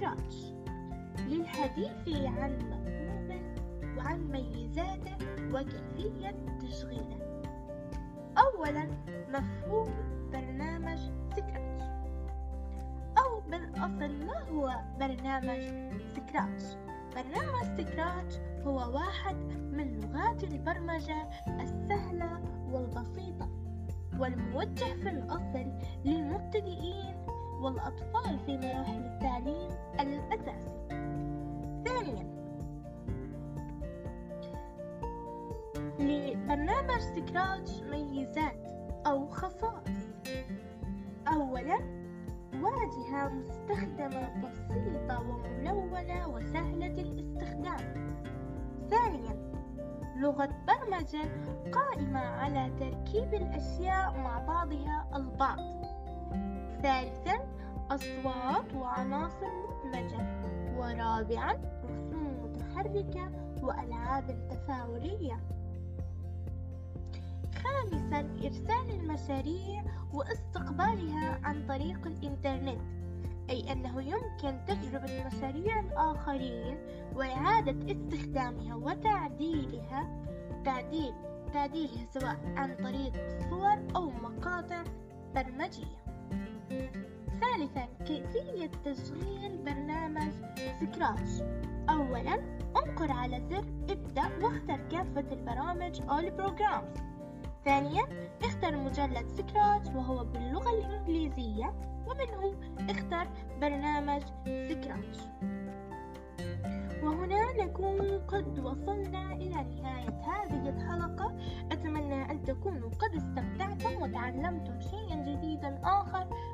سكراتش للحديث عن مفهومه وعن ميزاته وكيفية تشغيله. أولا، مفهوم برنامج سكراتش، أو بالأصل ما هو برنامج سكراتش؟ برنامج سكراتش هو واحد من لغات البرمجة السهلة والبسيطة والموجه في الأصل للمبتدئين والأطفال في مراحل التعليم الأساسي. ثانيا، لبرنامج سكراتش ميزات أو خصائص. أولا، واجهة مستخدمة بسيطة وملونة وسهلة الاستخدام. ثانيا، لغة برمجة قائمة على تركيب الأشياء مع بعضها البعض. ثالثا، أصوات وعناصر مدمجة. ورابعا، رسوم متحركة وألعاب تفاعلية. خامسا، إرسال المشاريع واستقبالها عن طريق الإنترنت، أي أنه يمكن تجربة مشاريع الآخرين وإعادة استخدامها وتعديلها سواء عن طريق صور أو مقاطع برمجية. ثالثا، كيفية تشغيل برنامج سكراتش. أولا، انقر على زر ابدأ واختر كافة البرامج All Programs. ثانيا، اختر مجلد سكراتش وهو باللغة الإنجليزية، ومنه اختر برنامج سكراتش. وهنا نكون قد وصلنا إلى نهاية هذه الحلقة. أتمنى أن تكونوا قد استمتعتم وتعلمتم شيئا جديدا آخر